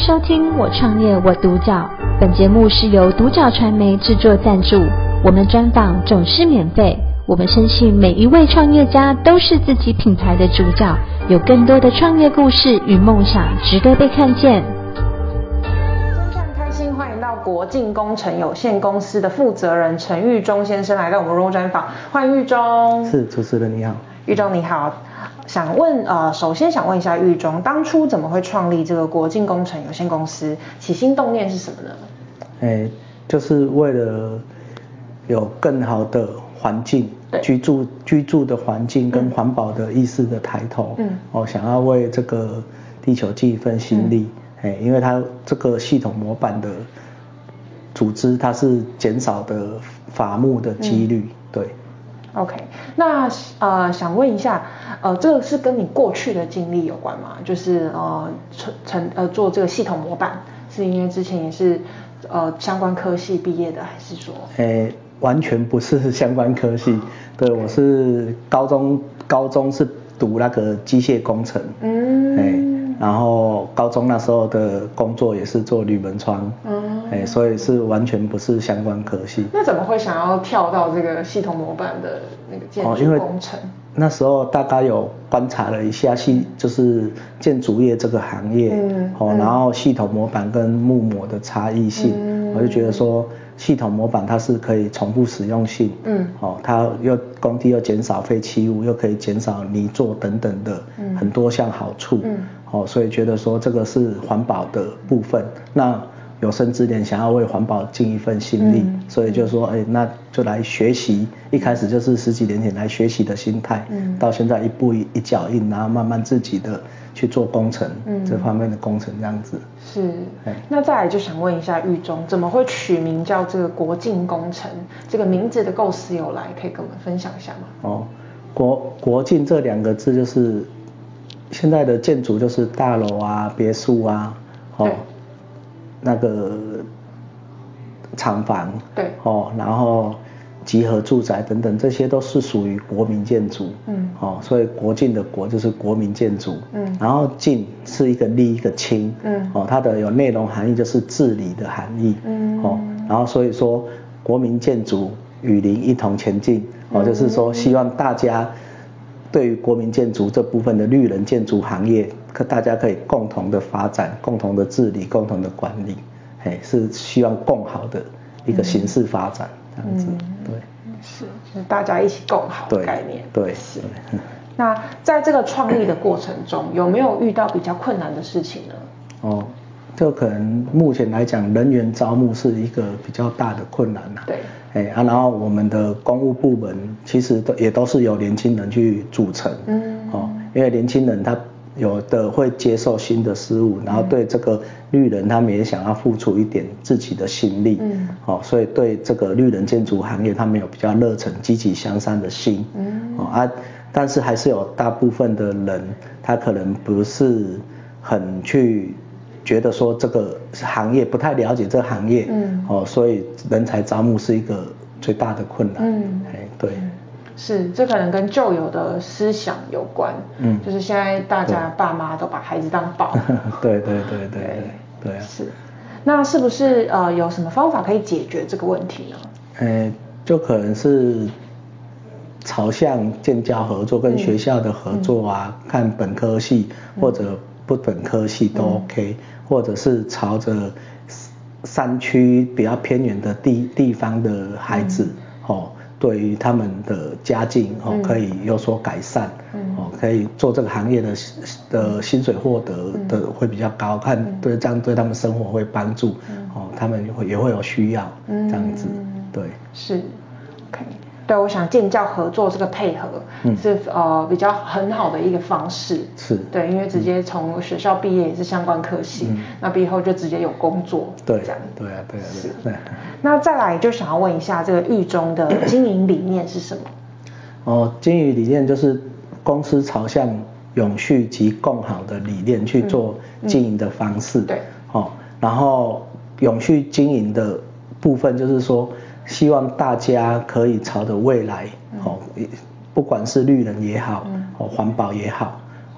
收听我创业我独角，本节目是由独角传媒制作赞助，我们专访总是免费，我们深信每一位创业家都是自己品牌的主角，有更多的创业故事与梦想值得被看见。 非常开心，欢迎到国进工程有限公司的负责人陈玉忠先生来到我们专访，欢迎玉忠。 是，主持人你好。 玉忠你好，首先想问一下玉忠，当初怎么会创立这个国进工程有限公司？起心动念是什么呢？ 就是为了有更好的环境，居住的环境跟环保的意识的抬头，想要为这个地球尽一份心力，因为它这个系统模板的组织，它是减少的伐木的几率，对。 OK， 那想问一下，这个是跟你过去的经历有关吗？就是做这个系统模板，是因为之前也是相关科系毕业的，还是说？ 完全不是相关科系，对，我是高中是读那个机械工程，然后高中那时候的工作也是做铝门窗，所以是完全不是相关科系。 那怎么会想要跳到这个系统模板的那个建筑工程？ 那时候大概有观察了一下就是建筑业这个行业，然后系统模板跟木模的差异性，我就觉得说系统模板它是可以重复使用性，它工地又减少废弃物，又可以减少泥作等等的很多项好处，所以觉得说这个是环保的部分，那有生之年想要为环保尽一份心力，所以就说那就来学习，一开始就是10几年前来学习的心态，到现在一步一脚印，然后慢慢自己的去做工程，这方面的工程这样子。 是，那再来就想问一下玉忠，怎么会取名叫这个国进工程？这个名字的构思由来，可以跟我们分享一下吗？ 国进这2个字就是现在的建筑就是大楼啊、别墅啊，那个厂房，对，然后集合住宅等等，这些都是属于国民建筑，所以国进的国就是国民建筑，然后进是一个立一个清，它的有内容含义就是治理的含义，然后所以说国民建筑与邻一同前进，就是说希望大家对于国民建筑这部分的绿人建筑行业，大家可以共同的发展、共同的治理、共同的管理，是希望共好的一个形式发展，这样子，对， 是大家一起共好的概念， 对， 是。那在这个创立的过程中，有没有遇到比较困难的事情呢？ 就可能目前来讲，人员招募是一个比较大的困难啦。对，然后我们的公务部门其实也都是由年轻人去组成，因为年轻人他有的会接受新的事物，然后对这个绿人他们也想要付出一点自己的心力，所以对这个绿人建筑行业他们有比较热忱、积极向上的心，但是还是有大部分的人他可能不是很去觉得说这个行业不太了解这个行业，所以人才招募是一个最大的困难，对。 是，这可能跟旧有的思想有关，就是现在大家爸妈都把孩子当宝， 对啊。 是，那是不是有什么方法可以解决这个问题呢？ 就可能是朝向建教合作，跟学校的合作啊，看本科系或者不本科系都 OK，或者是朝着山区比较偏远的地方的孩子，对于他们的家境可以有所改善，可以做这个行业的薪水获得的会比较高，这样对他们生活会帮助，他们也会有需要，这样子，对， 是 ，OK。对，我想建教合作这个配合是比较很好的一个方式， 是， 对，因为直接从学校毕业也是相关科系，那毕业后就直接有工作， 对， 这样， 对啊。 那再来就想要问一下，这个玉忠的经营理念是什么？ 经营理念就是公司朝向永续及共好的理念去做经营的方式，对，然后永续经营的部分就是说，希望大家可以朝着未来，不管是绿人也好，环保也好，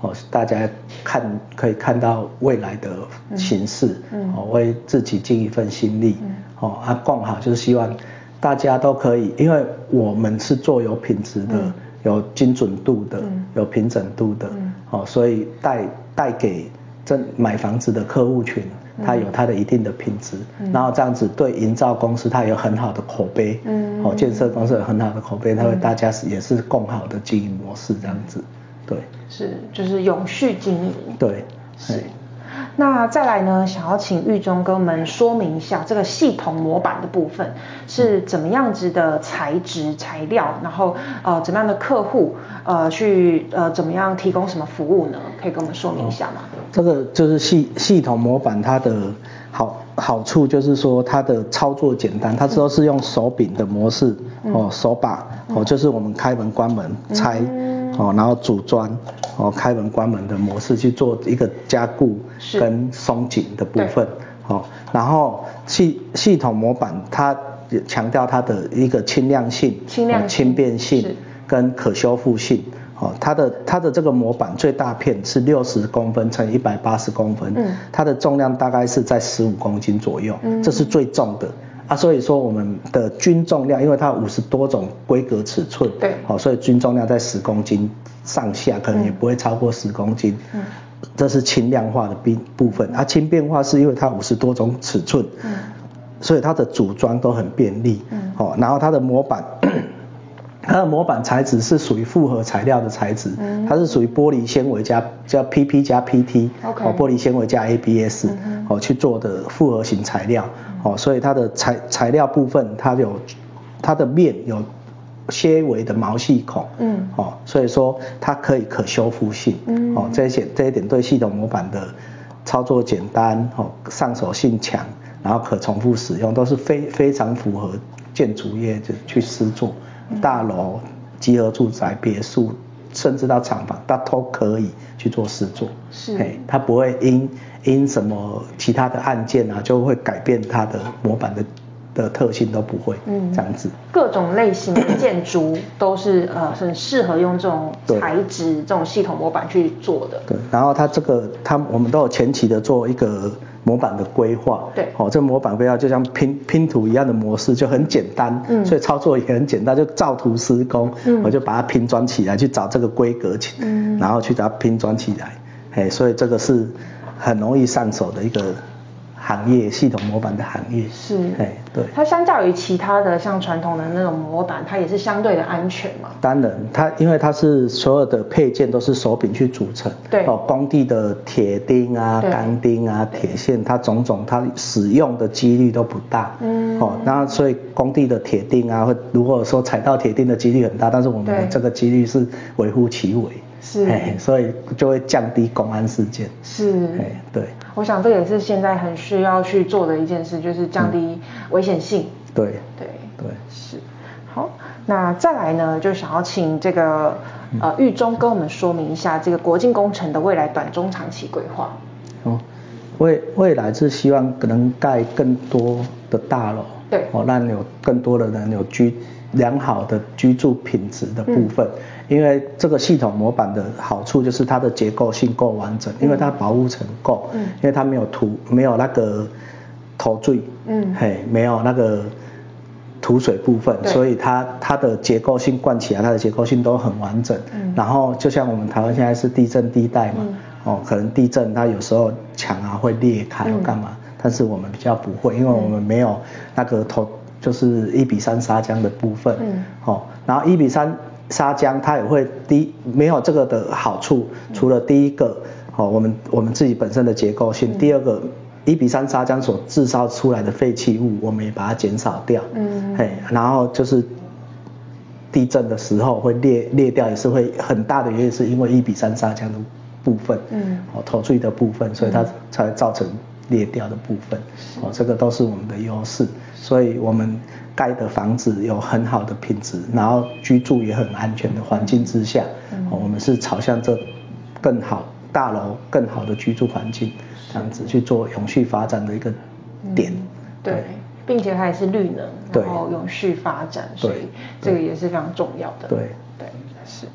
大家可以看到未来的形势，为自己尽一份心力，更好就是希望大家都可以，因为我们是做有品质的、有精准度的、有平整度的，所以带给买房子的客户群，它有它的一定的品质，然后这样子对营造公司它有很好的口碑，建设公司有很好的口碑，它会大家也是更好的经营模式这样子，对， 是就是永续经营， 对， 是。那再来呢，想要请玉中跟我们说明一下这个系统模板的部分是怎么样子的材质材料，然后怎么样的客户去怎么样提供什么服务呢？可以跟我们说明一下吗？ 这个就是系统模板它的好处就是说它的操作简单，它都是用手柄的模式，手把，就是我们开门关门拆，然后组装，开门关门的模式去做一个加固跟松紧的部分，然后系统模板它强调它的一个轻量性、轻便性跟可修复性。它的这个模板最大片是60公分乘180公分，它的重量大概是在15公斤左右，这是最重的所以说我们的均重量，因为它有50多种规格尺寸，对，所以均重量在10公斤上下，可能也不会超过10公斤，这是轻量化的部分轻便化是因为它50多种尺寸，所以它的组装都很便利，然后它的模板。它的模板材质是属于复合材料的材质，它是属于玻璃纤维叫 PP 加 PT， 玻璃纤维加 ABS，去做的复合型材料，所以它的材料部分它的面有些微的毛细孔，所以说它可修复性，这一点对系统模板的操作简单，上手性强，然后可重复使用，都是非常符合建筑业去施作。大楼、集合住宅、别墅，甚至到厂房，它都可以去做施作。是，它不会因什么其他的案件就会改变它的模板的特性，都不会，这样子。 各种类型的建筑都是很适合用这种材质、这种系统模板去做的。 对，然后我们都有前期的做一个模板的规划，对，这模板规划就像拼图一样的模式，就很简单，所以操作也很简单，就照图施工，我就把它拼装起来，去找这个规格，然后去把它拼装起来，所以这个是很容易上手的一个行业，系统模板的行业是，对，它相较于其他的像传统的那种模板，它也是相对的安全嘛。 当然，因为它是所有的配件都是手柄去组成，对，工地的铁钉钢钉铁线，它种它使用的几率都不大，那所以工地的铁钉如果说踩到铁钉的几率很大，但是我们这个几率是微乎其微。是，所以就会降低公安事件。是，对。 我想这也是现在很需要去做的一件事，就是降低危险性。 对， 是。好，那再来呢，就想要请这个玉中跟我们说明一下这个国境工程的未来短中长期规划。 未来是希望能盖更多的大楼，对，让有更多的人有良好的居住品质的部分，因为这个系统模板的好处就是它的结构性够完整，因为它保护层够，因为它没有那个头坠，没有那个土水部分，所以它的结构性灌起来，它的结构性都很完整。然后就像我们台湾现在是地震地带嘛，可能地震它有时候墙会裂开或干嘛，但是我们比较不会，因为我们没有那个就是1:3砂浆的部分，然后1:3砂浆它也会没有这个的好处，除了第一个，我们自己本身的结构性，第二个1:3砂浆所制造出来的废弃物，我们也把它减少掉，然后就是地震的时候会裂掉，也是会很大的原因是因为1:3砂浆的部分，头坠的部分，所以它才造成裂掉的部分，这个都是我们的优势，所以我们盖的房子有很好的品质，然后居住也很安全的环境之下，我们是朝向这更好大楼更好的居住环境，这样子去做永续发展的一个点， 对，并且它也是绿能，然后永续发展，所以这个也是非常重要的，对，是。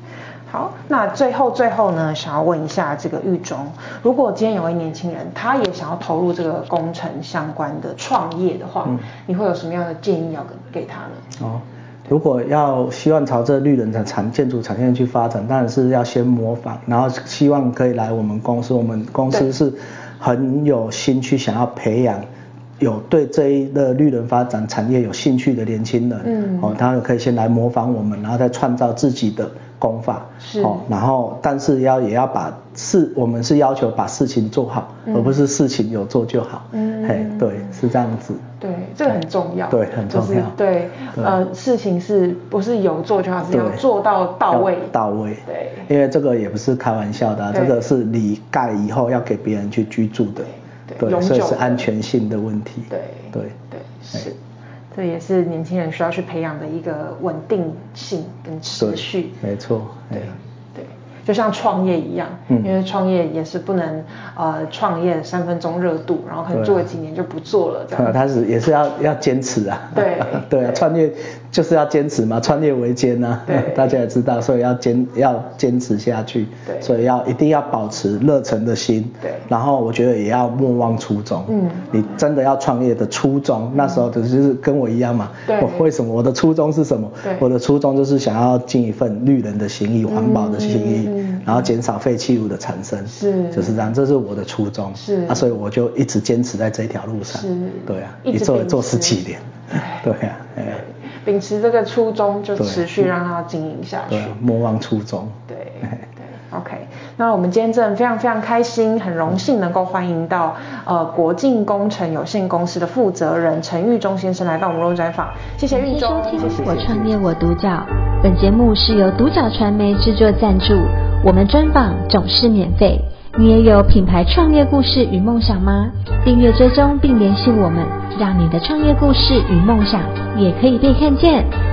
好，那最后呢，想要问一下这个玉忠，如果今天有位年轻人，他也想要投入这个工程相关的创业的话，你会有什么样的建议要给他呢？ 如果要希望朝这绿能的建筑产业去发展，当然是要先模仿，然后希望可以来我们公司。我们公司是很有心去想要培养有对这一个绿能发展产业有兴趣的年轻人，他可以先来模仿我们，然后再创造自己的工法，然后但是也要我们是要求把事情做好，而不是事情有做就好，对，是这样子。 对，这个很重要。 对，很重要。 对，事情是不是有做就好，是要做到位。 对，因为这个也不是开玩笑的，这个是你盖以后要给别人去居住的。对，所以是安全性的问题。对， 是，这也是年轻人需要去培养的一个稳定性跟持续。 没错。 对，就像创业一样，因为创业也是不能创业3分钟热度，然后可能做了几年就不做了这样。 他也是要坚持啊。对啊，创业就是要坚持嘛，创业维艰啊，大家也知道，所以要坚持下去。对，所以一定要保持热忱的心。对，然后我觉得也要莫忘初衷。你真的要创业的初衷，那时候就是跟我一样嘛。为什么我的初衷是什么？我的初衷就是想要尽一份绿人的心意，环保的心意。然后减少废弃物的产生，就是这样，这是我的初衷，所以我就一直坚持在这条路上，对啊，一做10几年，对啊， 秉持这个初衷就持续让它经营下去， 莫忘初衷， 对。OK， 那我们今天真的非常非常开心，很荣幸能够欢迎到国境工程有限公司的负责人陈玉忠先生来到我们肉专访，谢谢玉忠， 谢谢。我创业我独角，本节目是由独角传媒制作赞助，我们专访总是免费。你也有品牌创业故事与梦想吗？订阅追踪并联系我们，让你的创业故事与梦想也可以被看见。